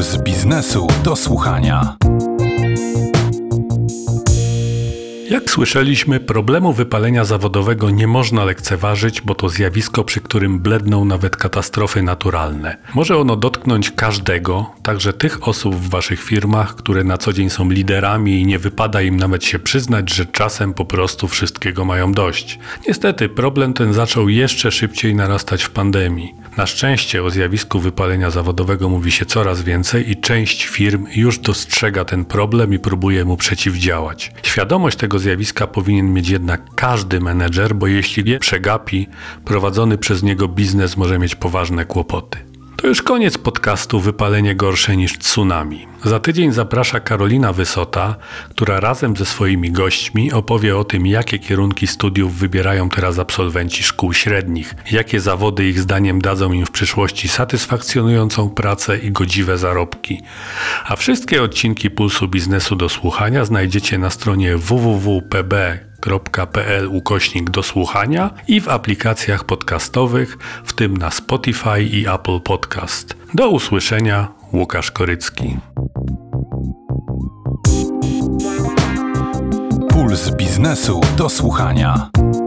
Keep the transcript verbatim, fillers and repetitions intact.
Puls biznesu do słuchania. Jak słyszeliśmy, problemu wypalenia zawodowego nie można lekceważyć, bo to zjawisko, przy którym bledną nawet katastrofy naturalne. Może ono dotknąć każdego, także tych osób w waszych firmach, które na co dzień są liderami i nie wypada im nawet się przyznać, że czasem po prostu wszystkiego mają dość. Niestety problem ten zaczął jeszcze szybciej narastać w pandemii. Na szczęście o zjawisku wypalenia zawodowego mówi się coraz więcej i część firm już dostrzega ten problem i próbuje mu przeciwdziałać. Świadomość tego zjawiska powinien mieć jednak każdy menedżer, bo jeśli je przegapi, prowadzony przez niego biznes może mieć poważne kłopoty. To już koniec podcastu Wypalenie gorsze niż tsunami. Za tydzień zaprasza Karolina Wysota, która razem ze swoimi gośćmi opowie o tym, jakie kierunki studiów wybierają teraz absolwenci szkół średnich, jakie zawody ich zdaniem dadzą im w przyszłości satysfakcjonującą pracę i godziwe zarobki. A wszystkie odcinki Pulsu Biznesu do słuchania znajdziecie na stronie w w w kropka p b kropka p l ukośnik do słuchania i w aplikacjach podcastowych, w tym na Spotify i Apple Podcast. Do usłyszenia, Łukasz Korycki. Puls biznesu do słuchania.